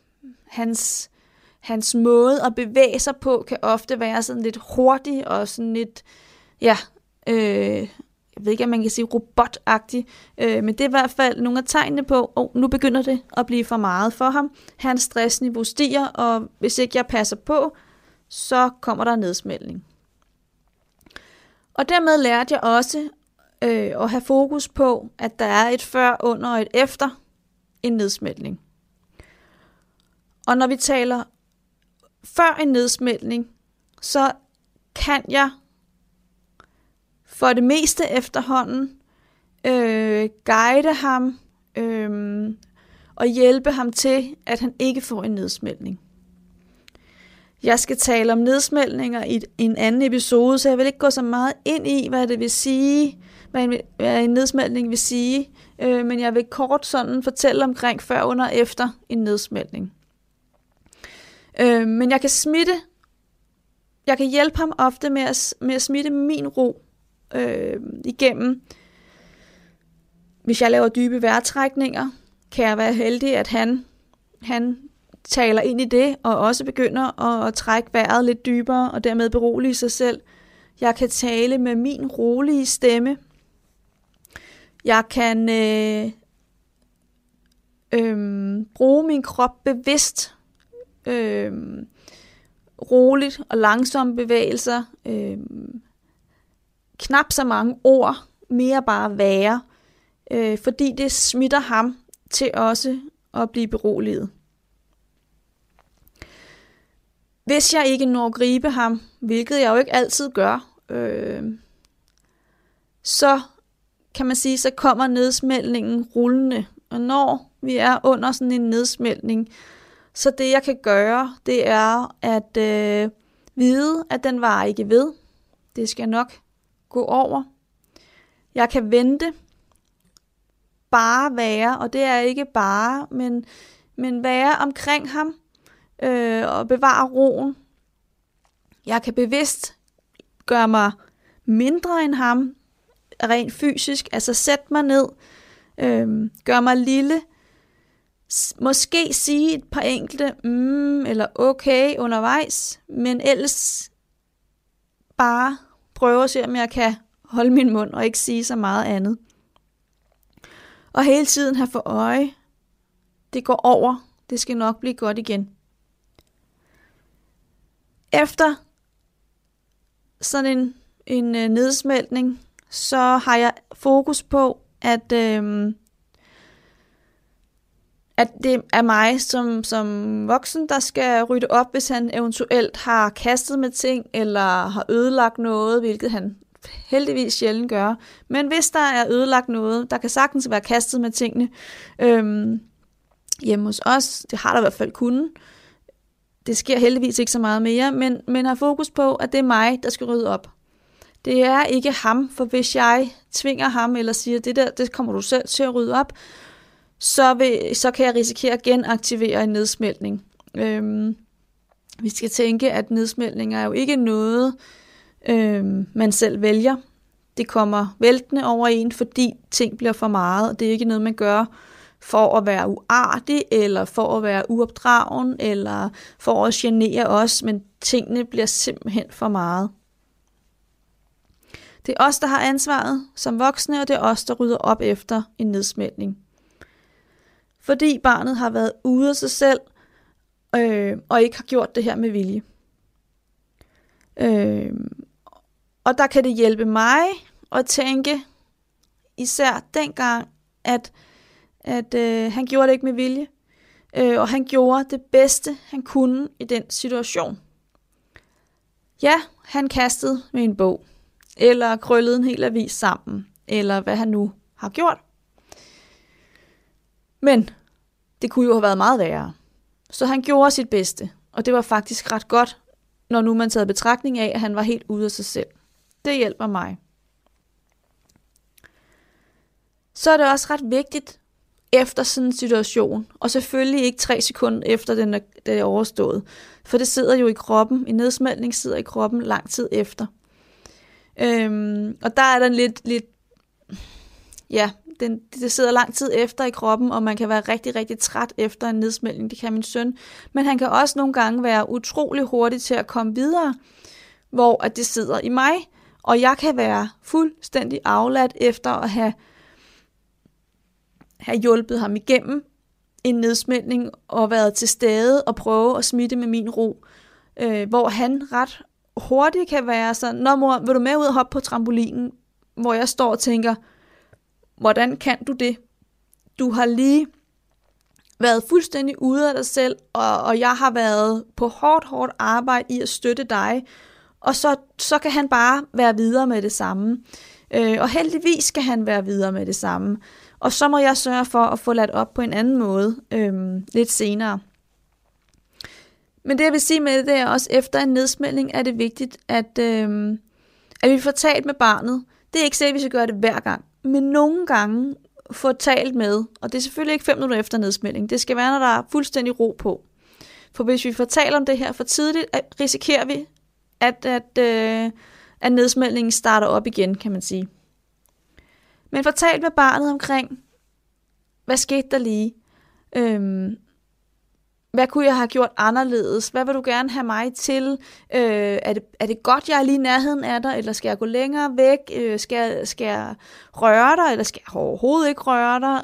S5: hans måde at bevæge sig på kan ofte være sådan lidt hurtig og sådan lidt, jeg jeg ved ikke, om man kan sige robotagtig, men det er i hvert fald nogle af tegnene på, nu begynder det at blive for meget for ham. Hans stressniveau stiger, og hvis ikke jeg passer på, så kommer der nedsmeltning. Og dermed lærte jeg også at have fokus på, at der er et før, under og et efter en nedsmeltning. Og når vi taler før en nedsmeltning, så kan jeg for det meste efterhånden guide ham og hjælpe ham til, at han ikke får en nedsmeltning. Jeg skal tale om nedsmeltninger i en anden episode, så jeg vil ikke gå så meget ind i, hvad det vil sige, hvad en nedsmeltning vil sige, men jeg vil kort sådan fortælle omkring før, under og efter en nedsmeltning. Men jeg kan smitte. Jeg kan hjælpe ham ofte med at smitte min ro igennem. Hvis jeg laver dybe vejrtrækninger, kan jeg være heldig, at han taler ind i det, og også begynder at trække vejret lidt dybere, og dermed berolige sig selv. Jeg kan tale med min rolige stemme. Jeg kan bruge min krop bevidst, roligt og langsomme bevægelser, knap så mange ord, mere bare være, fordi det smitter ham til også at blive beroliget. Hvis jeg ikke når at gribe ham, hvilket jeg jo ikke altid gør, så kan man sige, så kommer nedsmeltningen rullende. Og når vi er under sådan en nedsmeltning, så det jeg kan gøre, det er at vide, at den varer ikke ved. Det skal nok gå over. Jeg kan vente, bare være, og det er ikke bare, men være omkring ham og bevare roen. Jeg kan bevidst gøre mig mindre end ham, rent fysisk, altså sætte mig ned, gøre mig lille, måske sige et par enkelte eller okay undervejs, men ellers bare prøve at se, om jeg kan holde min mund og ikke sige så meget andet. Og hele tiden have for øje, det går over, det skal nok blive godt igen. Efter sådan en nedsmeltning, så har jeg fokus på, at det er mig som voksen, der skal rydde op, hvis han eventuelt har kastet med ting, eller har ødelagt noget, hvilket han heldigvis sjældent gør. Men hvis der er ødelagt noget, der kan sagtens være kastet med tingene hjemme hos os, det har der i hvert fald kunnet. Det sker heldigvis ikke så meget mere, men har fokus på, at det er mig, der skal rydde op. Det er ikke ham, for hvis jeg tvinger ham, eller siger, det kommer du selv til at rydde op, så kan jeg risikere at genaktivere en nedsmeltning. Vi skal tænke, at nedsmeltninger er jo ikke noget, man selv vælger. Det kommer væltende over en, fordi ting bliver for meget, og det er ikke noget, man gør for at være uartig, eller for at være uopdragen, eller for at genere os, men tingene bliver simpelthen for meget. Det er os, der har ansvaret som voksne, og det er os, der rydder op efter en nedsmeltning. Fordi barnet har været ude af sig selv, og ikke har gjort det her med vilje. Og der kan det hjælpe mig at tænke, især dengang, at han gjorde det ikke med vilje, og han gjorde det bedste, han kunne i den situation. Ja, han kastede med en bog, eller krøllede en hel avis sammen, eller hvad han nu har gjort. Men det kunne jo have været meget værre. Så han gjorde sit bedste, og det var faktisk ret godt, når nu man tager betragtning af, at han var helt ude af sig selv. Det hjælper mig. Så er det også ret vigtigt efter sådan en situation, og selvfølgelig ikke 3 sekunder efter den er overstået, for det sidder jo i kroppen, en nedsmeltning sidder i kroppen lang tid efter. Og der er den lidt det sidder lang tid efter i kroppen, og man kan være rigtig, rigtig træt efter en nedsmeltning, det kan min søn, men han kan også nogle gange være utrolig hurtig til at komme videre, hvor at det sidder i mig, Og jeg kan være fuldstændig afladt efter at have hjulpet ham igennem en nedsmeltning og været til stede og prøve at smitte med min ro. Hvor han ret hurtigt kan være sådan, nå mor, vil du med ud og hoppe på trampolinen? Hvor jeg står og tænker, hvordan kan du det? Du har lige været fuldstændig ude af dig selv, og jeg har været på hårdt arbejde i at støtte dig, og så kan han bare være videre med det samme. Og heldigvis skal han være videre med det samme. Og så må jeg sørge for at få ladt op på en anden måde lidt senere. Men det jeg vil sige med det er også, efter en nedsmeltning er det vigtigt, at vi får talt med barnet. Det er ikke sikkert, at vi skal gøre det hver gang, men nogle gange få talt med, og det er selvfølgelig ikke 5 minutter efter nedsmeltning. Det skal være, når der er fuldstændig ro på. For hvis vi får talt om det her for tidligt, risikerer vi, at nedsmeltningen starter op igen, kan man sige. Men få talt med barnet omkring, hvad skete der lige? Hvad kunne jeg have gjort anderledes? Hvad vil du gerne have mig til? Er det godt, jeg er lige i nærheden af dig, eller skal jeg gå længere væk? Skal jeg røre dig, eller skal jeg overhovedet ikke røre dig?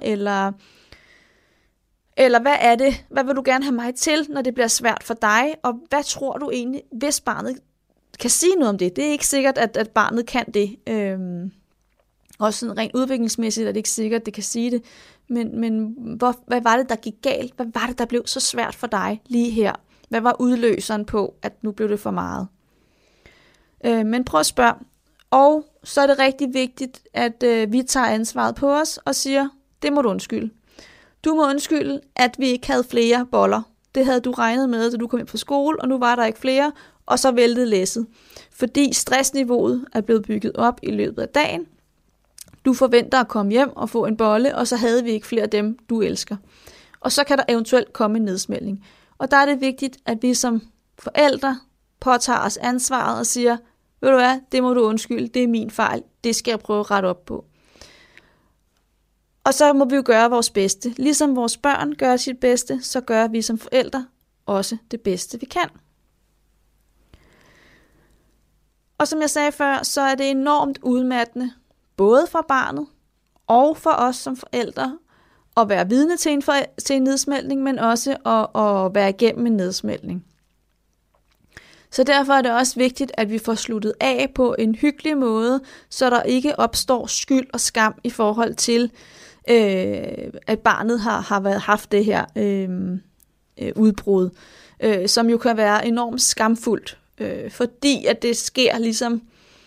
S5: Eller hvad er det? Hvad vil du gerne have mig til, når det bliver svært for dig? Og hvad tror du egentlig, hvis barnet kan sige noget om det? Det er ikke sikkert, at barnet kan det. Også sådan rent udviklingsmæssigt er det ikke sikkert, at det kan sige det. Men hvad var det, der gik galt? Hvad var det, der blev så svært for dig lige her? Hvad var udløseren på, at nu blev det for meget? Men prøv at spørge. Og så er det rigtig vigtigt, at vi tager ansvaret på os og siger, det må du undskylde. Du må undskylde, at vi ikke havde flere boller. Det havde du regnet med, da du kom ind på skole, og nu var der ikke flere, og så væltede læsset. Fordi stressniveauet er blevet bygget op i løbet af dagen. Du forventer at komme hjem og få en bolle, og så havde vi ikke flere af dem, du elsker. Og så kan der eventuelt komme en nedsmeltning. Og der er det vigtigt, at vi som forældre påtager os ansvaret og siger, ved du hvad, det må du undskylde, det er min fejl, det skal jeg prøve at rette op på. Og så må vi jo gøre vores bedste. Ligesom vores børn gør sit bedste, så gør vi som forældre også det bedste, vi kan. Og som jeg sagde før, så er det enormt udmattende, både for barnet og for os som forældre, at være vidne til en nedsmeltning, men også at være igennem en nedsmeltning. Så derfor er det også vigtigt, at vi får sluttet af på en hyggelig måde, så der ikke opstår skyld og skam i forhold til, at barnet har haft det her udbrud, som jo kan være enormt skamfuldt, fordi at det sker ligesom,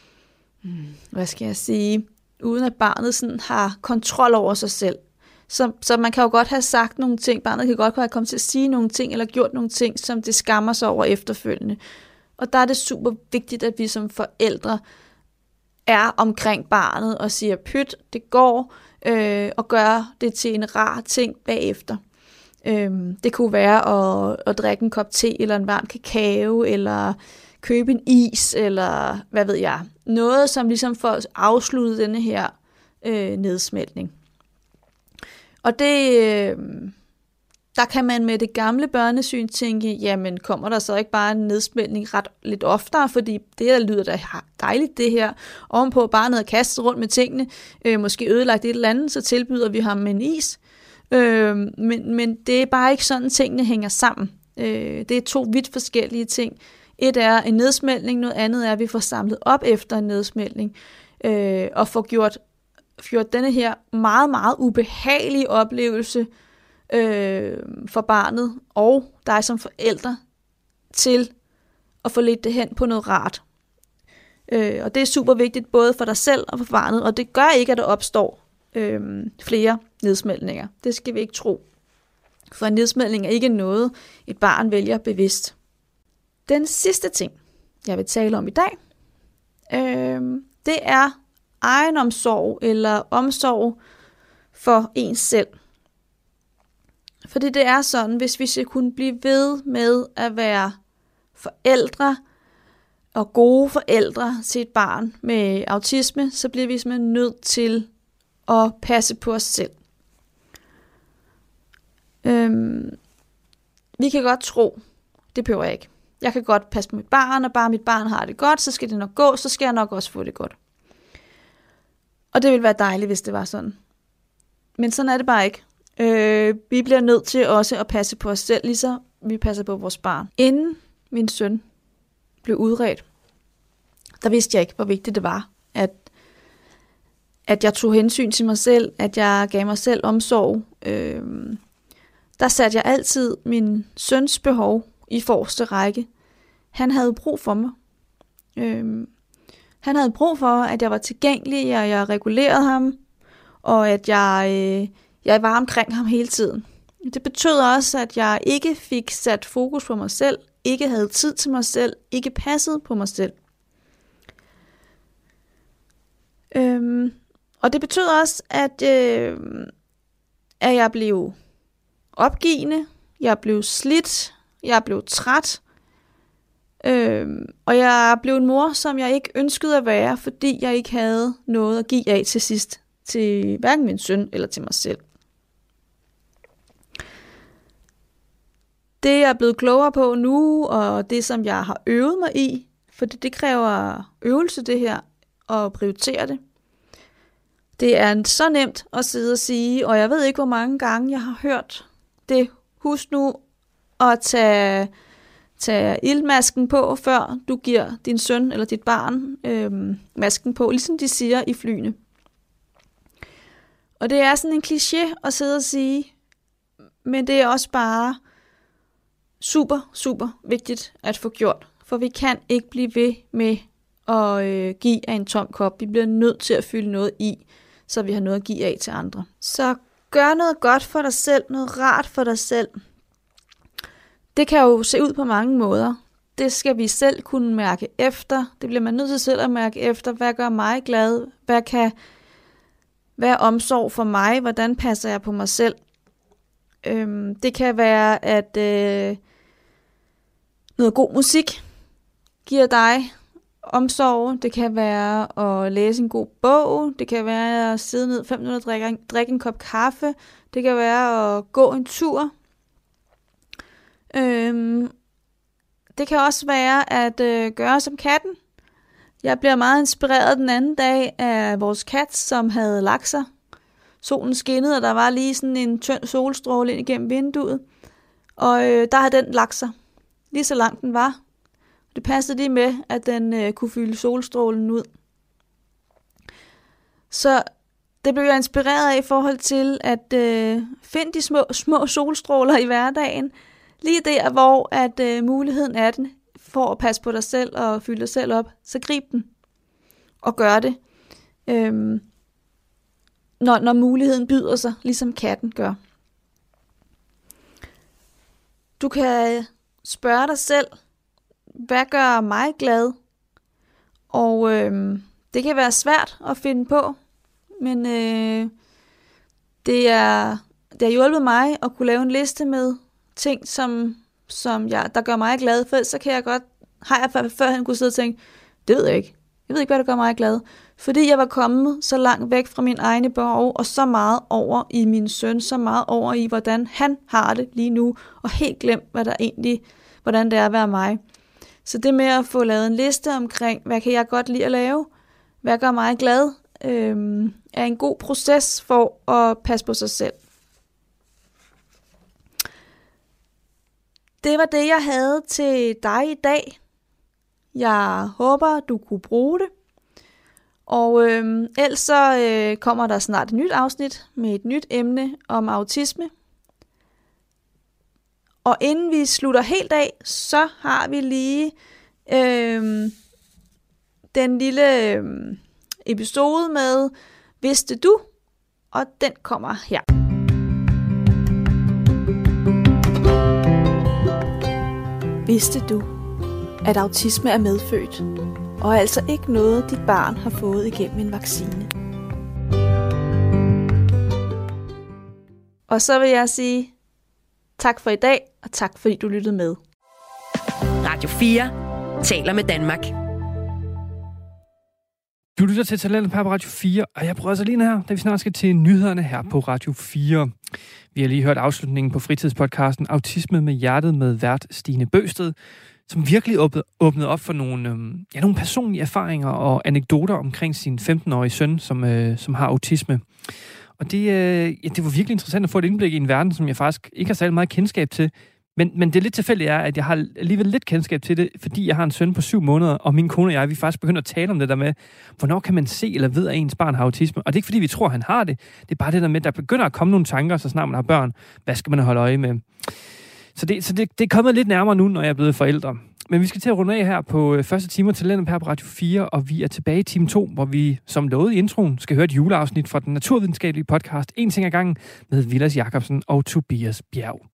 S5: hvad skal jeg sige, uden at barnet sådan har kontrol over sig selv. Så man kan jo godt have sagt nogle ting, barnet kan godt have kommet til at sige nogle ting, eller gjort nogle ting, som det skammer sig over efterfølgende. Og der er det super vigtigt, at vi som forældre er omkring barnet og siger, pyt, det går, og gør det til en rar ting bagefter. Det kunne være at drikke en kop te, eller en varm kakao, eller købe en is, eller hvad ved jeg. Noget, som ligesom får afsluttet denne her nedsmeltning. Og det, der kan man med det gamle børnesyn tænke, jamen kommer der så ikke bare en nedsmeltning lidt oftere, fordi det der lyder da dejligt det her, ovenpå barnet er kastet rundt med tingene, måske ødelagt et eller andet, så tilbyder vi ham en is. Men det er bare ikke sådan, tingene hænger sammen. Det er 2 vidt forskellige ting. Et er en nedsmeltning, noget andet er, at vi får samlet op efter en nedsmeltning, og får gjort denne her meget, meget ubehagelige oplevelse for barnet og dig som forældre til at få ledt det hen på noget rart. Og det er super vigtigt både for dig selv og for barnet, og det gør ikke, at der opstår flere nedsmeltninger. Det skal vi ikke tro. For en nedsmeltning er ikke noget, et barn vælger bevidst. Den sidste ting, jeg vil tale om i dag, det er egenomsorg eller omsorg for ens selv. Fordi det er sådan, hvis vi skal kunne blive ved med at være forældre og gode forældre til et barn med autisme, så bliver vi simpelthen nødt til at passe på os selv. Vi kan godt tro, det behøver jeg ikke, Jeg kan godt passe på mit barn, og bare mit barn har det godt, så skal det nok gå, så skal jeg nok også få det godt. Og det ville være dejligt, hvis det var sådan. Men sådan er det bare ikke. Vi bliver nødt til også at passe på os selv, ligesom vi passer på vores barn. Inden min søn blev udredt, der vidste jeg ikke, hvor vigtigt det var, at jeg tog hensyn til mig selv, at jeg gav mig selv omsorg. Der satte jeg altid min søns behov i forreste række. Han havde brug for mig. Han havde brug for, at jeg var tilgængelig, og jeg regulerede ham, og at jeg var omkring ham hele tiden. Det betød også, at jeg ikke fik sat fokus på mig selv, ikke havde tid til mig selv, ikke passede på mig selv. Og det betød også, at jeg blev opgivende, jeg blev slidt, jeg blev træt, og jeg blev en mor, som jeg ikke ønskede at være, fordi jeg ikke havde noget at give af til sidst, til hverken min søn eller til mig selv. Det jeg er blevet klogere på nu, og det som jeg har øvet mig i, for det kræver øvelse det her, og prioritere det. Det er så nemt at sidde og sige, og jeg ved ikke, hvor mange gange jeg har hørt det. Husk nu at tage iltmasken på, før du giver din søn eller dit barn masken på, ligesom de siger i flyene. Og det er sådan en kliché at sidde og sige, men det er også bare super, super vigtigt at få gjort, for vi kan ikke blive ved med at give af en tom kop. Vi bliver nødt til at fylde noget i, så vi har noget at give af til andre. Så gør noget godt for dig selv, noget rart for dig selv. Det kan jo se ud på mange måder. Det skal vi selv kunne mærke efter. Det bliver man nødt til selv at mærke efter. Hvad gør mig glad? Hvad kan være omsorg for mig? Hvordan passer jeg på mig selv? Det kan være, at noget god musik giver dig omsorg. Det kan være at læse en god bog. Det kan være at sidde ned 5 minutter og drikke en kop kaffe. Det kan være at gå en tur. Det kan også være at gøre som katten. Jeg bliver meget inspireret den anden dag af vores kat, som havde lagt sig. Solen skinnede, og der var lige sådan en tynd solstråle ind igennem vinduet. Og der havde den lagt sig, lige så langt den var. Det passede lige med, at den kunne fylde solstrålen ud. Så det blev jeg inspireret af i forhold til at finde de små solstråler i hverdagen. Lige der, hvor at muligheden er den for at passe på dig selv og fylde dig selv op, så grib den og gør det, når muligheden byder sig, ligesom katten gør. Du kan spørge dig selv, hvad gør mig glad? Og det kan være svært at finde på, men det har hjulpet mig at kunne lave en liste med ting, der gør mig glad, for så kan jeg godt, har jeg førhen kunne sidde og tænke, det ved jeg ikke. Jeg ved ikke, hvad der gør mig glad. Fordi jeg var kommet så langt væk fra min egne behov, og så meget over i min søn, så meget over i, hvordan han har det lige nu, og helt glemt, hvordan det er at være mig. Så det med at få lavet en liste omkring, hvad kan jeg godt lide at lave, hvad gør mig glad, er en god proces for at passe på sig selv. Det var det, jeg havde til dig i dag. Jeg håber, du kunne bruge det. Og ellers så kommer der snart et nyt afsnit med et nyt emne om autisme. Og inden vi slutter helt af, så har vi lige den lille episode med Vidste du? Og den kommer her. Vidste du, at autisme er medfødt, og altså ikke noget, dit barn har fået igennem en vaccine? Og så vil jeg sige tak for i dag, og tak fordi du lyttede med.
S2: Radio 4 taler med Danmark.
S3: Du lytter til Talentet på Radio 4, og jeg prøver Alina her, da vi snart skal til nyhederne her på Radio 4. Vi har lige hørt afslutningen på fritidspodcasten Autisme med hjertet med vært Stine Bøsted. som virkelig åbnede op for nogle personlige erfaringer og anekdoter omkring sin 15-årige søn, som har autisme. Og det var virkelig interessant at få et indblik i en verden, som jeg faktisk ikke har særlig meget kendskab til. Men det lidt tilfældigt er, at jeg har alligevel lidt kendskab til det, fordi jeg har en søn på 7 måneder, og min kone og jeg, vi faktisk begynder at tale om det der med, hvornår kan man se eller ved, at ens barn har autisme. Og det er ikke, fordi vi tror, han har det. Det er bare det der med, at der begynder at komme nogle tanker, så snart man har børn. Hvad skal man holde øje med? Så det er kommet lidt nærmere nu, når jeg er blevet forældre. Men vi skal til at runde af her på første time til Talentet her på Radio 4, og vi er tilbage i time 2, hvor vi, som lovet i introen, skal høre et juleafsnit fra den naturvidenskabelige podcast En ting ad gangen med Vilas Jacobsen og Tobias Bjerg.